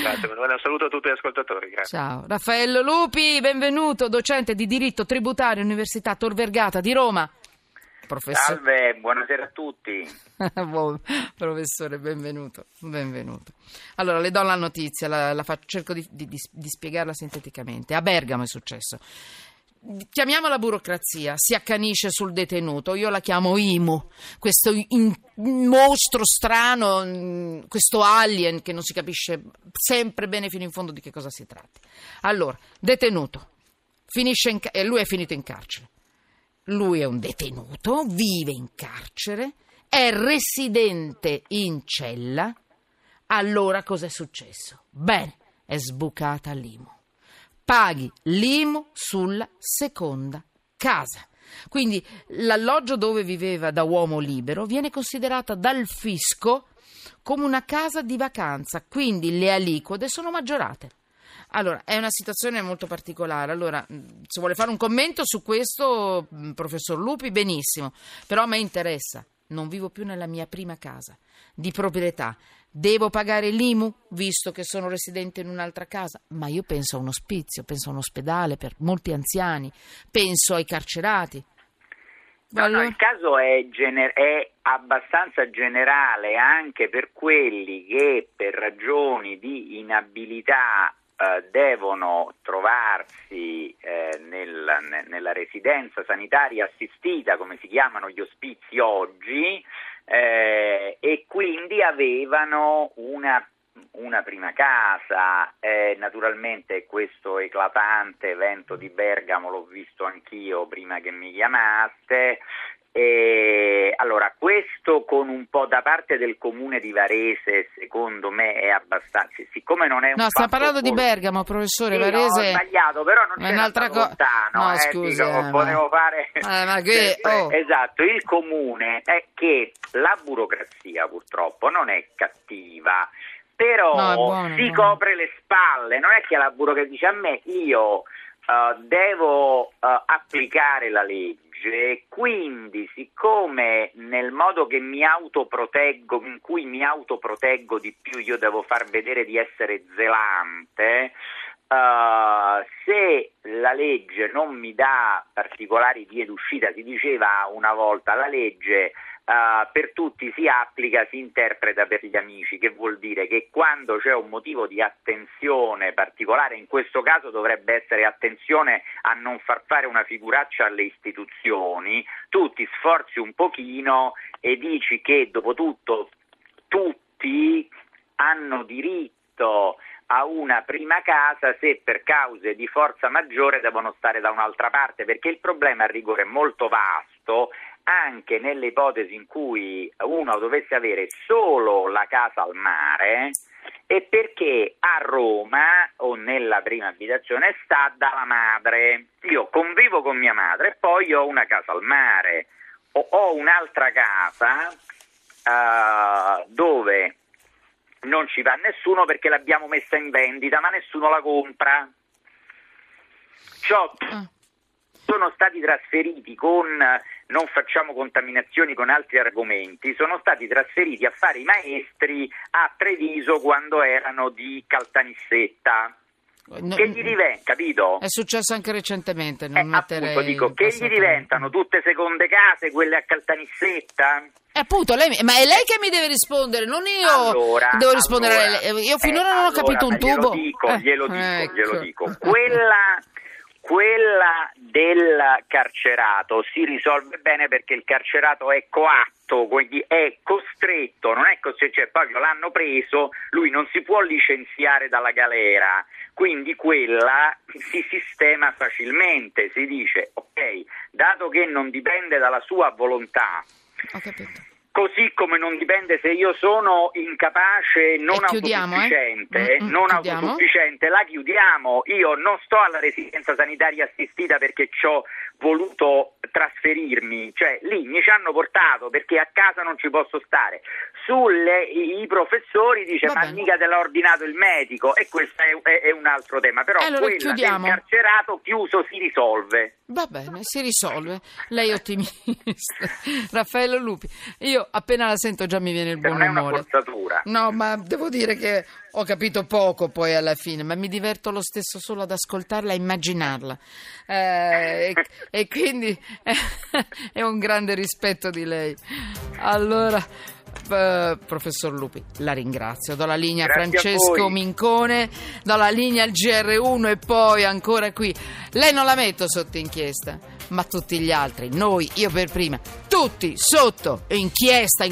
Grazie, un saluto a tutti gli ascoltatori. Grazie. Ciao. Raffaello Lupi, benvenuto, docente di diritto tributario, Università Tor Vergata di Roma. Salve, buonasera a tutti. Professore, benvenuto. Allora, le do la notizia, cerco di spiegarla sinteticamente. A Bergamo è successo. Chiamiamola burocrazia, si accanisce sul detenuto, io la chiamo IMU, questo mostro strano, questo alien che non si capisce sempre bene fino in fondo di che cosa si tratti. Allora, detenuto, lui è finito in carcere. Lui è un detenuto, vive in carcere, è residente in cella. Allora cos'è successo? Bene, è sbucata l'IMU. Paghi l'IMU sulla seconda casa. Quindi l'alloggio dove viveva da uomo libero viene considerata dal fisco come una casa di vacanza, quindi le aliquote sono maggiorate. Allora, è una situazione molto particolare. Allora, se vuole fare un commento su questo, professor Lupi, benissimo. Però a me interessa, non vivo più nella mia prima casa di proprietà. Devo pagare l'IMU, visto che sono residente in un'altra casa? Ma io penso a un ospizio, penso a un ospedale per molti anziani, penso ai carcerati. No, il caso è abbastanza generale anche per quelli che per ragioni di inabilità devono trovarsi nella residenza sanitaria assistita, come si chiamano gli ospizi oggi, e quindi avevano una prima casa. Naturalmente questo eclatante evento di Bergamo l'ho visto anch'io prima che mi chiamaste. Allora, questo con un po' da parte del comune di Varese, secondo me è abbastanza, siccome non è un stiamo parlando di Bergamo, professore. Sì, Varese ho sbagliato, però non c'era un'altra lontano. No, scusa, potevo fare oh. Esatto, il comune è che la burocrazia purtroppo non è cattiva, però si copre le spalle. Non è che la burocrazia dice a me io devo applicare la legge, quindi siccome nel modo che mi autoproteggo, in cui mi autoproteggo di più, io devo far vedere di essere zelante, se la legge non mi dà particolari vie d'uscita, si diceva una volta la legge per tutti si applica, si interpreta per gli amici, che vuol dire che quando c'è un motivo di attenzione particolare, in questo caso dovrebbe essere attenzione a non far fare una figuraccia alle istituzioni, tu ti sforzi un pochino e dici che dopo tutto tutti hanno diritto a una prima casa se per cause di forza maggiore devono stare da un'altra parte, perché il problema a rigore è molto vasto, anche nelle ipotesi in cui uno dovesse avere solo la casa al mare, e perché a Roma o nella prima abitazione sta dalla madre. Io convivo con mia madre e poi ho una casa al mare, ho un'altra casa dove non ci va nessuno perché l'abbiamo messa in vendita, ma nessuno la compra. Sono stati trasferiti non facciamo contaminazioni con altri argomenti, sono stati trasferiti a fare i maestri a Treviso quando erano di Caltanissetta. Che gli diventa, capito? È successo anche recentemente, appunto dico, che gli diventano tutte seconde case quelle a Caltanissetta? Appunto, ma è lei che mi deve rispondere, non io devo rispondere a lei. Io finora non ho capito un tubo. Glielo dico. Quella del carcerato si risolve bene perché il carcerato è coatto, quindi è costretto, non è così, cioè proprio l'hanno preso, lui non si può licenziare dalla galera, quindi quella si sistema facilmente, si dice ok, dato che non dipende dalla sua volontà. Ho capito. Così come non dipende se io sono incapace, non autosufficiente, la chiudiamo. Io non sto alla residenza sanitaria assistita perché ci ho voluto trasferirmi, cioè lì mi ci hanno portato perché a casa non ci posso stare. I professori dice ma mica te l'ha ordinato il medico, e questo è un altro tema, però allora, quella del carcerato chiuso si risolve. Va bene, si risolve. Lei è ottimista. Raffaello Lupi, io appena la sento già mi viene il buon umore. Non è una forzatura. No, ma devo dire che Ho capito poco poi alla fine, ma mi diverto lo stesso solo ad ascoltarla e immaginarla. E quindi è un grande rispetto di lei. Allora, professor Lupi, la ringrazio. Do la linea a Francesco Mincone, do la linea al GR1 e poi ancora qui. Lei non la metto sotto inchiesta, ma tutti gli altri, noi, io per prima, tutti sotto inchiesta.